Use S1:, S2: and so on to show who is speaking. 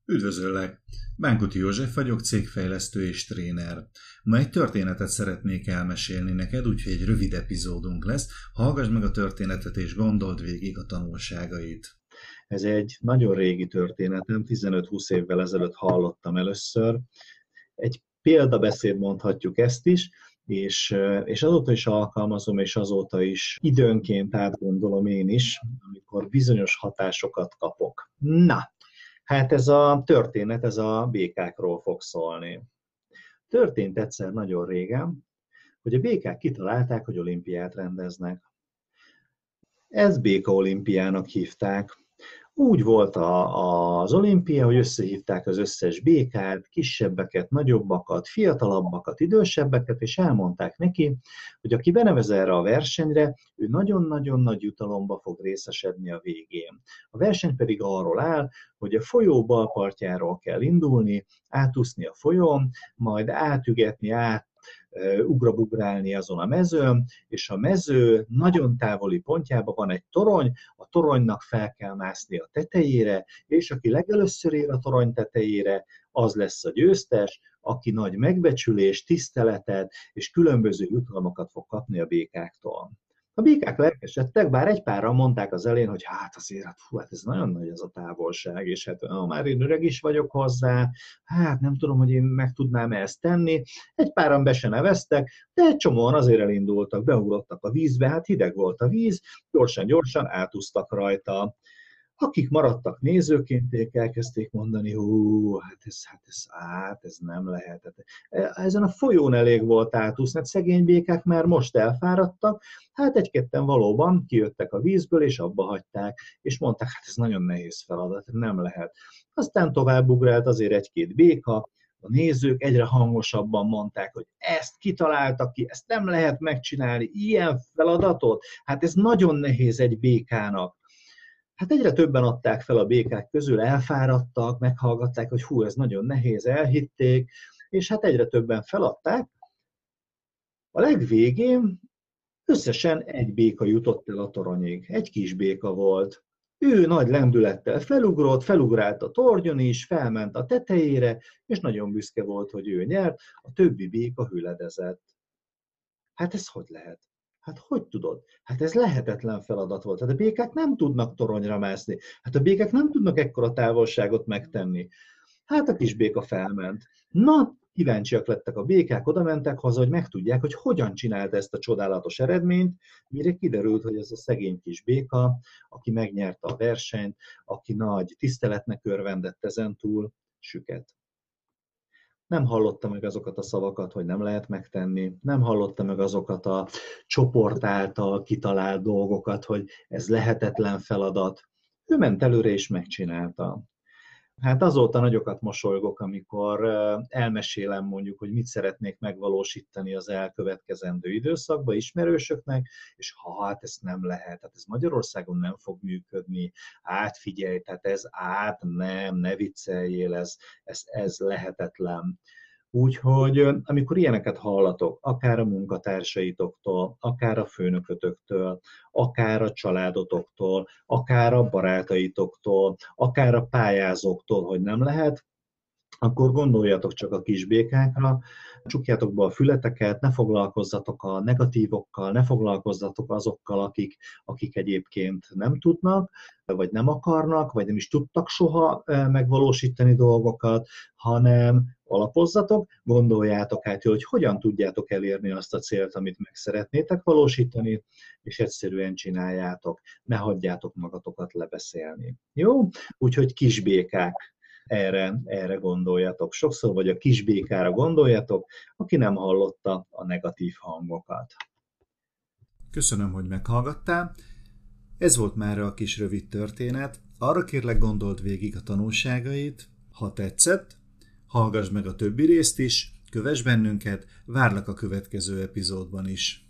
S1: Üdvözöllek! Bánkuti József vagyok, cégfejlesztő és tréner. Ma egy történetet szeretnék elmesélni neked, úgyhogy egy rövid epizódunk lesz. Hallgass meg a történetet és gondold végig a tanulságait.
S2: Ez egy nagyon régi történetem, 15-20 évvel ezelőtt hallottam először. Egy példabeszéd mondhatjuk ezt is, és azóta is alkalmazom, és azóta is időnként átgondolom én is, amikor bizonyos hatásokat kapok. Na, hát ez a történet, ez a békákról fog szólni. Történt egyszer nagyon régen, hogy a békák kitalálták, hogy olimpiát rendeznek. Ezt béka olimpiának hívták. Úgy volt az olimpia, hogy összehívták az összes békát, kisebbeket, nagyobbakat, fiatalabbakat, idősebbeket, és elmondták neki, hogy aki benevez erre a versenyre, ő nagyon-nagyon nagy jutalomba fog részesedni a végén. A verseny pedig arról áll, hogy a folyó bal partjáról kell indulni, átúszni a folyón, majd átügetni, ugrabugrálni azon a mezőn, és a mező nagyon távoli pontjában van egy torony, a toronynak fel kell mászni a tetejére, és aki legelőször ér a torony tetejére, az lesz a győztes, aki nagy megbecsülést, tiszteletet és különböző jutalmakat fog kapni a békáktól. A békák lelkesedtek, bár egy párral mondták az elején, hogy hát azért, hát ez nagyon nagy ez a távolság, és hát már én öreg is vagyok hozzá, hát nem tudom, hogy én meg tudnám ezt tenni. Egy páran be se neveztek, de egy csomóan azért elindultak, beugrottak a vízbe, hát hideg volt a víz, gyorsan átúsztak rajta. Akik maradtak nézőként, elkezdték mondani, ez nem lehet. Ezen a folyón elég volt átúszni, hát szegény békák már most elfáradtak, hát egy-ketten valóban kijöttek a vízből, és abba hagyták, és mondták, hát ez nagyon nehéz feladat, nem lehet. Aztán tovább ugrált azért egy-két béka, a nézők egyre hangosabban mondták, hogy ezt kitaláltak ki, ezt nem lehet megcsinálni, ilyen feladatot, hát ez nagyon nehéz egy békának. Hát egyre többen adták fel a békák közül, elfáradtak, meghallgatták, hogy ez nagyon nehéz, elhitték, és hát egyre többen feladták. A legvégén összesen egy béka jutott el a toronyig, egy kis béka volt. Ő nagy lendülettel felugrott, felugrált a tornyon is, felment a tetejére, és nagyon büszke volt, hogy ő nyert, a többi béka hüledezett. Hát ez hogy lehet? Hát hogy tudod? Hát ez lehetetlen feladat volt. Hát a békák nem tudnak toronyra mászni. Hát a békák nem tudnak ekkora távolságot megtenni. Hát a kis béka felment. Na, kíváncsiak lettek a békák, oda mentek haza, hogy megtudják, hogy hogyan csinálta ezt a csodálatos eredményt, mire kiderült, hogy ez a szegény kis béka, aki megnyerte a versenyt, aki nagy tiszteletnek örvendett ezentúl, süket. Nem hallotta meg azokat a szavakat, hogy nem lehet megtenni, nem hallotta meg azokat a csoport által kitalált dolgokat, hogy ez lehetetlen feladat. Ő ment előre és megcsinálta. Hát azóta nagyokat mosolygok, amikor elmesélem mondjuk, hogy mit szeretnék megvalósítani az elkövetkezendő időszakban ismerősöknek, és hát ez nem lehet, hát ez Magyarországon nem fog működni, figyelj, tehát ne vicceljél, ez lehetetlen. Úgyhogy amikor ilyeneket hallatok, akár a munkatársaitoktól, akár a főnökötöktől, akár a családotoktól, akár a barátaitoktól, akár a pályázóktól, hogy nem lehet, akkor gondoljatok csak a kisbékákra, csukjátok be a fületeket, ne foglalkozzatok a negatívokkal, ne foglalkozzatok azokkal, akik egyébként nem tudnak, vagy nem akarnak, vagy nem is tudtak soha megvalósítani dolgokat, hanem alapozzatok, gondoljátok át, hogy hogyan tudjátok elérni azt a célt, amit meg szeretnétek valósítani, és egyszerűen csináljátok, ne hagyjátok magatokat lebeszélni. Jó? Úgyhogy kisbékák. Erre gondoljatok. Sokszor vagy a kisbékára gondoljatok, aki nem hallotta a negatív hangokat.
S1: Köszönöm, hogy meghallgattál. Ez volt már a kis rövid történet. Arra kérlek, gondold végig a tanulságait. Ha tetszett, hallgass meg a többi részt is, kövess bennünket, várlak a következő epizódban is.